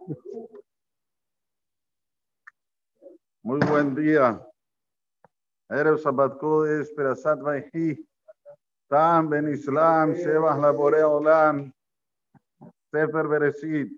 Muy buen día. Erev Shabbat Kodesh, Perashat Vayhi, Tam Ben Islam, Shevach Laborei Olam, Sefer Bereshit.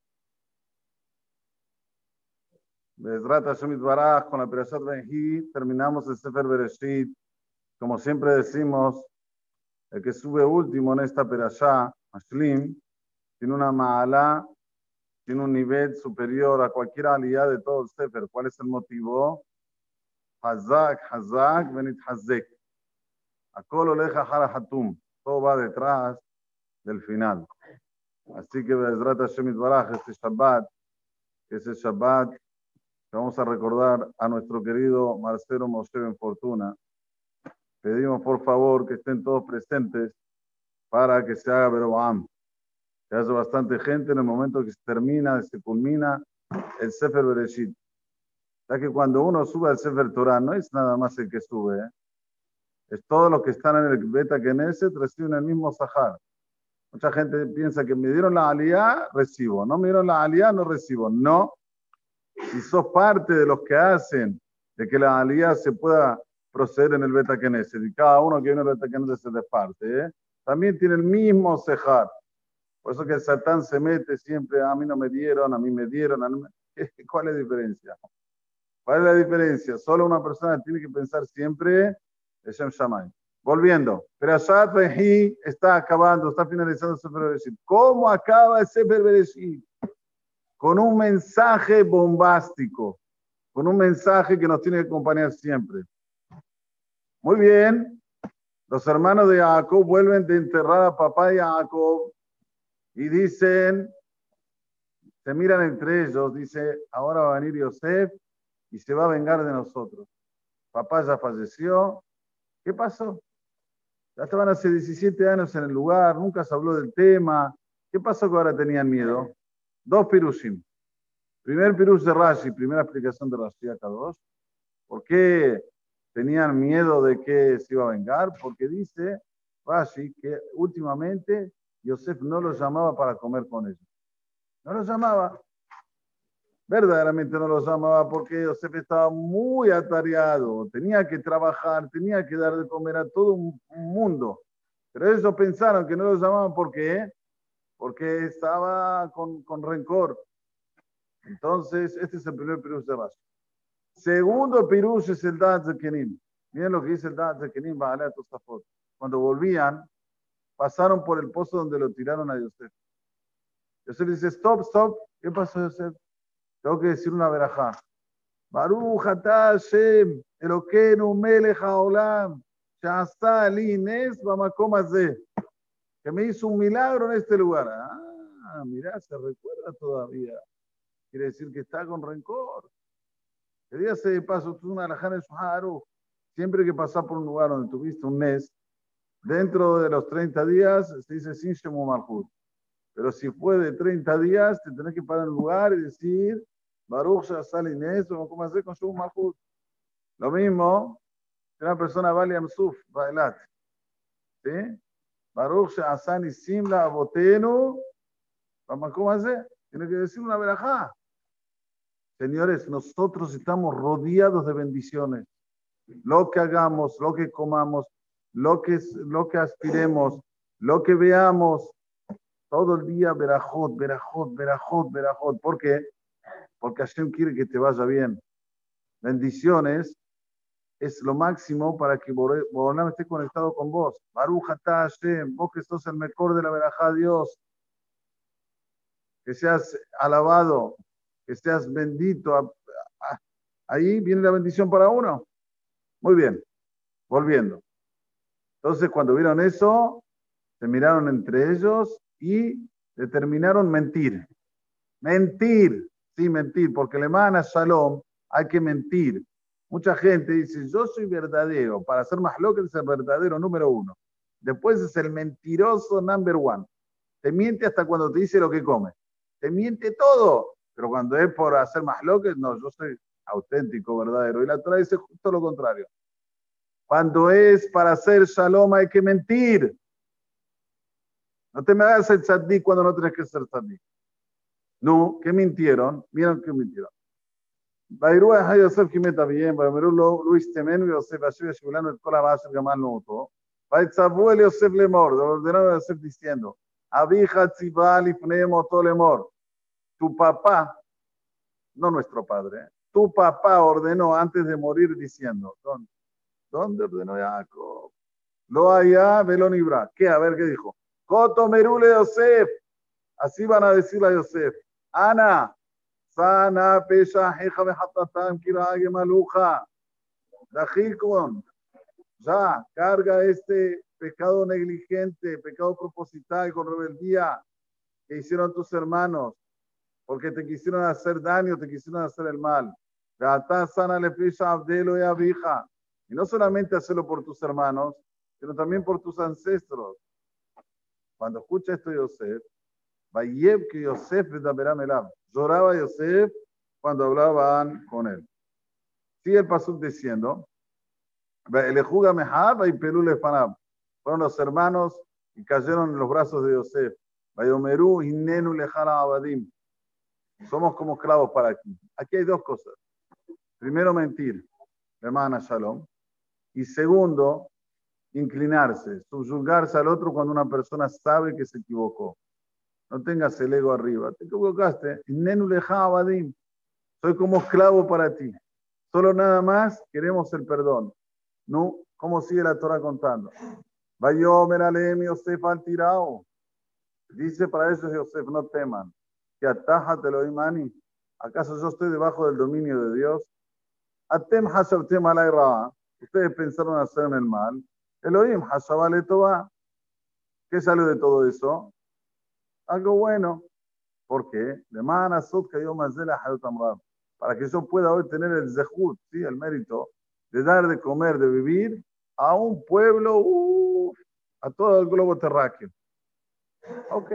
Bezrat Hashem Yitbaraj, con la Perashat Vayhi, terminamos el Sefer Bereshit. Como siempre decimos, el que sube último en esta Perashá, Ashlim, tiene una ma'alá, tiene un nivel superior a cualquier aliyah de todo el Sefer. ¿Cuál es el motivo? Hazak, Hazak, Benit Hazek. Akol oleja jara hatum. Todo va detrás del final. Así que Bezrat Hashem Yitbaraj, este Shabbat, que es el Shabbat que vamos a recordar a nuestro querido Marcelo Moshe Ben Fortuna. Pedimos por favor que estén todos presentes para que se haga Beroam. Que haya bastante gente en el momento que se termina, se culmina el Sefer Bereshit. Ya que cuando uno sube al Sefer Torah, no es nada más el que sube, es todos los que están en el Beta Knesset reciben el mismo Sahar. Mucha gente piensa que me dieron la aliyah, recibo. No me dieron la aliyah, no recibo. No. Si sos parte de los que hacen de que la aliyah se pueda proceder en el Beta Knesset, y cada uno que viene al Beta Knesset es parte, también tiene el mismo Sahar. Por eso que el Satán se mete siempre, a mí no me dieron, a mí me dieron. ¿Cuál es la diferencia? ¿Cuál es la diferencia? Solo una persona tiene que pensar siempre el Shem Shammai. Volviendo, Perashat Vayhi está acabando, está finalizando el Sefer Bereshit. ¿Cómo acaba el Sefer Bereshit? Con un mensaje bombástico, con un mensaje que nos tiene que acompañar siempre. Muy bien, los hermanos de Jacob vuelven de enterrar a papá de Jacob y dicen, se miran entre ellos, dice, ahora va a venir Yosef y se va a vengar de nosotros. Papá ya falleció. ¿Qué pasó? Ya estaban hace 17 años en el lugar, nunca se habló del tema. ¿Qué pasó que ahora tenían miedo? Dos pirushim. Primer pirush de Rashi, primera explicación de Rashi acá dos. ¿Por qué tenían miedo de que se iba a vengar? Porque dice Rashi que últimamente Yosef no los llamaba para comer con ellos. No los llamaba. Verdaderamente no los llamaba porque Yosef estaba muy atareado, tenía que trabajar, tenía que dar de comer a todo un mundo. Pero ellos pensaron que no los llamaban porque estaba con rencor. Entonces, este es el primer pirush de Rashi. Segundo pirush es el Da'at Zekenim. Miren lo que dice el Da'at Zekenim, cuando volvían, pasaron por el pozo donde lo tiraron a Yosef. Yosef dice, stop. ¿Qué pasó, Yosef? Tengo que decir una verajá. Baruch atah Hashem, Elokeinu melech haolam, she'asa li nes bamakom hazeh. Que me hizo un milagro en este lugar. Ah, mirá, se recuerda todavía. Quiere decir que está con rencor. Que dígase de paso, tú una alajá en el Shulchan Aruch. Siempre que pasás por un lugar donde tuviste un mes, dentro de los 30 días se dice sin shemu malchut. Pero si fue de 30 días, te tenés que parar en un lugar y decir Baruch Shasal Inés, o como hacer con Shum Malchut. Lo mismo, si una persona va a Suf, va Elat. ¿Sí? Baruch Shasal Isimla Abotenu, ¿cómo hacer? Tiene que decir una verajá. Señores, nosotros estamos rodeados de bendiciones. Lo que hagamos, lo que comamos, lo que aspiremos, lo que veamos, todo el día verajot. ¿Por qué? Porque Hashem quiere que te vaya bien. Bendiciones es lo máximo para que Boreolam esté conectado con vos. Baruch atah Hashem, vos que sos el mejor de la verajá, Dios. Que seas alabado, que seas bendito. Ahí viene la bendición para uno. Muy bien, volviendo. Entonces, cuando vieron eso, se miraron entre ellos y determinaron mentir. Sí, mentir, porque le mandan a Shalom, hay que mentir. Mucha gente dice, yo soy verdadero, para ser más loco es el verdadero número uno. Después es el mentiroso number one. Te miente hasta cuando te dice lo que come. Te miente todo, pero cuando es por hacer más loco, no, yo soy auténtico, verdadero. Y la Torah dice justo lo contrario. Cuando es para hacer Shalom hay que mentir. No te me hagas el tzaddik cuando no tienes que ser tzaddik. No, que mintieron. Miren que mintieron. ויראו אחי יוסף כמת אביהם, ויאמרו לו, לו ישטמנו יוסף, ואשר ישיבו לנו את כל הרעה אשר גמלנו אותו. ויצוו אל יוסף לאמור, ordenaron a Yosef diciendo, אביך ציווה לפני מותו לאמור, tu papá, no nuestro padre, tu papá ordenó antes de morir diciendo, ¿dónde ordenó Jacob? Lo allá, velo nibra. ¿Qué? A ver qué dijo. Coto merule Yosef. Así van a decirle a Yosef. Ana, sana pesha heja behatatam kiraage maluja. Dajikon. Ya, carga este pecado negligente, pecado proposital con rebeldía que hicieron tus hermanos, porque te quisieron hacer daño, te quisieron hacer el mal. Gata sana le pesha abdelo y abija. Y no solamente hacerlo por tus hermanos, sino también por tus ancestros. Cuando escucha esto Yosef, Vayev que Yosef lloraba Yosef cuando hablaban con él. Sigue el pasuk diciendo, fueron los hermanos y cayeron en los brazos de Yosef. Vayomeru hinenu lejana abadim. Somos como esclavos para aquí. Aquí hay dos cosas. Primero, mentir, hermana Shalom. Y segundo, inclinarse, subyugarse al otro cuando una persona sabe que se equivocó. No tengas el ego arriba. Te equivocaste. Nenu leja abadim. Soy como esclavo para ti. Solo nada más queremos el perdón. No, ¿cómo sigue la Torah contando? Vayomer aleem Yosef al tirao. Dice para ellos Yosef, no teman. Que atajat Elohimani. ¿Acaso yo estoy debajo del dominio de Dios? Atem hashabtem alay ra'a. Ustedes pensaron hacerme el mal. Elohim hashabale tova. ¿Qué salió de todo eso? Algo bueno. ¿Por qué? Para que yo pueda hoy tener el zehut, ¿sí? El mérito de dar de comer, de vivir a un pueblo, a todo el globo terráqueo. Ok.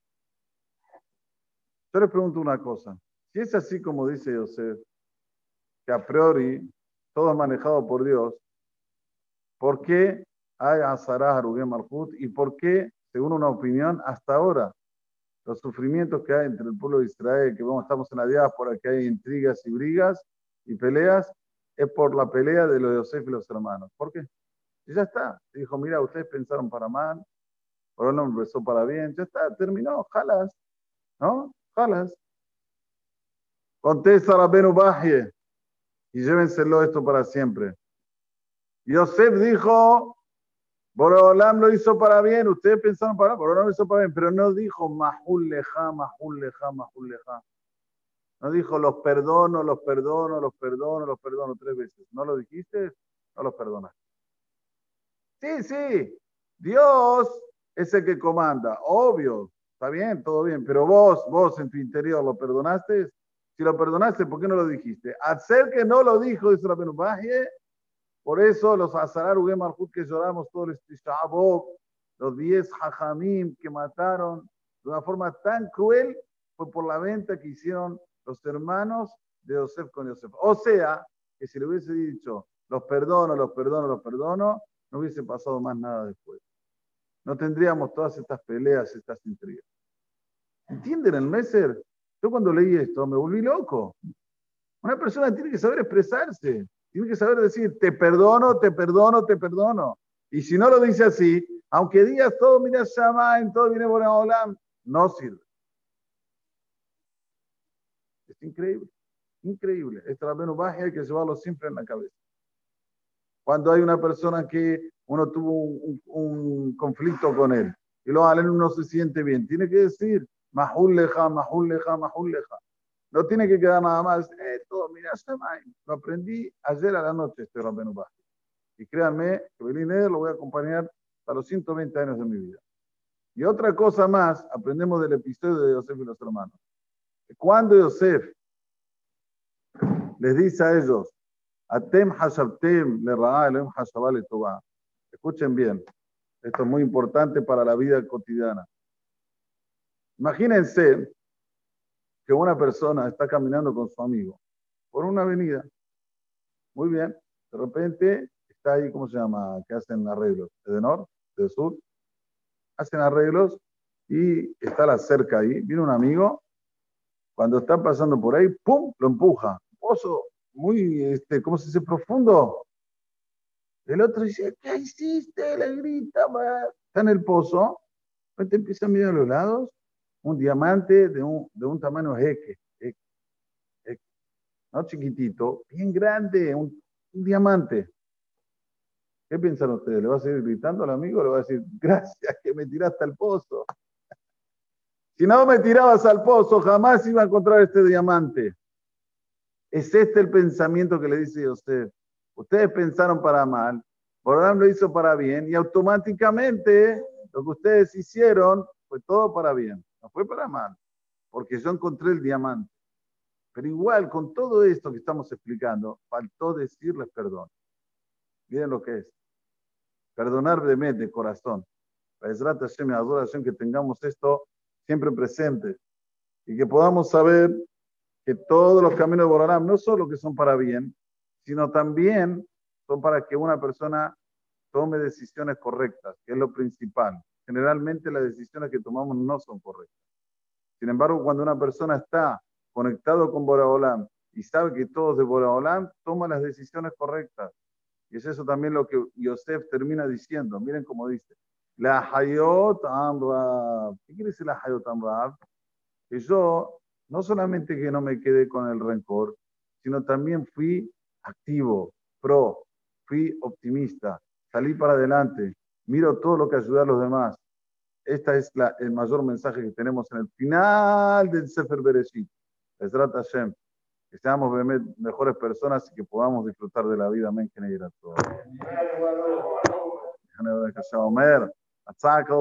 Yo les pregunto una cosa. Si es así como dice Yosef, que a priori todo es manejado por Dios, ¿por qué hay Azarah, Harugem, Malhut? ¿Y por qué, según una opinión, hasta ahora, los sufrimientos que hay entre el pueblo de Israel, que estamos en la diáspora, que hay intrigas y brigas y peleas, es por la pelea de los Yosef y los hermanos? ¿Por qué? Y ya está. Dijo, mira, ustedes pensaron para mal, por no empezó para bien, ya está, terminó, jalas, ¿no? Jalas. Contesta Rabenu Bahye y llévenselo esto para siempre. Yosef dijo, Borolam lo hizo para bien, ustedes pensaron para mal, Borolam lo hizo para bien, pero no dijo Mahul Leja, Mahul Leja, Mahul Leja. No dijo los perdono, los perdono, los perdono, los perdono 3 veces. ¿No lo dijiste? No los perdonaste. Sí, sí, Dios es el que comanda, obvio, está bien, todo bien, pero vos en tu interior lo perdonaste. Si lo perdonaste, ¿por qué no lo dijiste? Hacer que no lo dijo, dice Rabenu Bahye. Por eso los Azarar Ugem Malhut que lloramos todos los Tishabot, los 10 Hajamim que mataron de una forma tan cruel, fue por la venta que hicieron los hermanos de Yosef con Yosef. O sea, que si le hubiese dicho, los perdono, los perdono, los perdono, no hubiese pasado más nada después. No tendríamos todas estas peleas, estas intrigas. ¿Entienden el Meser? Yo cuando leí esto me volví loco. Una persona tiene que saber expresarse. Tiene que saber decir, te perdono, te perdono, te perdono. Y si no lo dice así, aunque digas todo, mira Shammai, todo viene por Olam, no sirve. Es increíble, increíble. Este Rabenu Bahye hay que llevarlo siempre en la cabeza. Cuando hay una persona que uno tuvo un conflicto con él y luego aleno no se siente bien, tiene que decir, Mahul leja, Mahul leja, Mahul leja. No tiene que quedar nada más. Todo, mira, lo aprendí ayer a la noche, este Rabenu Bahye. Y créanme que Belín lo voy a acompañar a los 120 años de mi vida. Y otra cosa más, aprendemos del episodio de Yosef y los hermanos. Cuando Yosef les dice a ellos, Atem hashabtem le ra'a Elohim hashabah le tová. Escuchen bien, esto es muy importante para la vida cotidiana. Imagínense que una persona está caminando con su amigo por una avenida. Muy bien, de repente está ahí, ¿cómo se llama? Que hacen arreglos, de norte, de sur. Hacen arreglos y está la cerca ahí. Viene un amigo Cuando está pasando por ahí, ¡pum!, lo empuja. Un pozo muy, ¿cómo se dice? Profundo. El otro dice, ¿qué hiciste? Le grita, está en el pozo. Te empieza a mirar a los lados un diamante de un tamaño jeque, no chiquitito, bien grande, un diamante. ¿Qué piensan ustedes? ¿Le va a seguir gritando al amigo o le va a decir, gracias que me tiraste al pozo? Si no me tirabas al pozo, jamás iba a encontrar este diamante. Es este el pensamiento que le dice Yosef. Ustedes pensaron para mal, Borolam lo hizo para bien y automáticamente lo que ustedes hicieron fue todo para bien, no fue para mal, porque yo encontré el diamante. Pero igual, con todo esto que estamos explicando, faltó decirles perdón. Miren lo que es. Perdonar de corazón. Be'ezrat Hashem y Ador Hashem, que tengamos esto siempre presente y que podamos saber que todos los caminos de Borolam no solo que son para bien, sino también son para que una persona tome decisiones correctas, que es lo principal. Generalmente las decisiones que tomamos no son correctas. Sin embargo, cuando una persona está conectado con Borolam y sabe que todo es de Borolam, toma las decisiones correctas. Y es eso también lo que Yosef termina diciendo. Miren cómo dice. La Hayot Amrab. ¿Qué quiere decir la Hayot Amrab? Que yo no solamente que no me quedé con el rencor, sino también fui activo, fui optimista, salí para adelante, miro todo lo que ayuda a los demás. Este es el mayor mensaje que tenemos en el final del Sefer Bereshit. Ezrat Hashem. Que seamos mejores personas y que podamos disfrutar de la vida. Amén.